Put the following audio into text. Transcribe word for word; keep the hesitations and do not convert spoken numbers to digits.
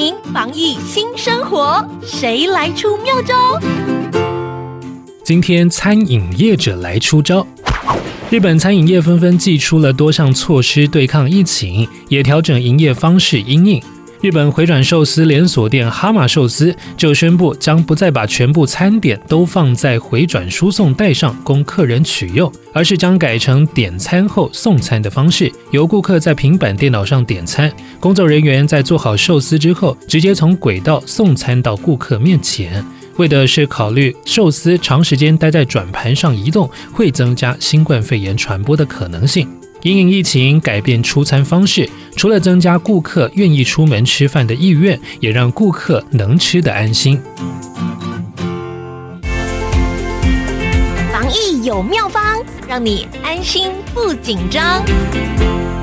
行防疫新生活，谁来出妙招？ 今天餐饮业者来出招。日本餐饮业纷纷祭出了多项措施对抗疫情，也调整营业方式因应。日本回转寿司连锁店哈马寿司就宣布将不再把全部餐点都放在回转输送带上供客人取用，而是将改成点餐后送餐的方式，由顾客在平板电脑上点餐，工作人员在做好寿司之后，直接从轨道送餐到顾客面前。为的是考虑寿司长时间待在转盘上移动，会增加新冠肺炎传播的可能性。因应疫情改变出餐方式，除了增加顾客愿意出门吃饭的意愿，也让顾客能吃得安心。 防疫有妙方，让你安心不紧张。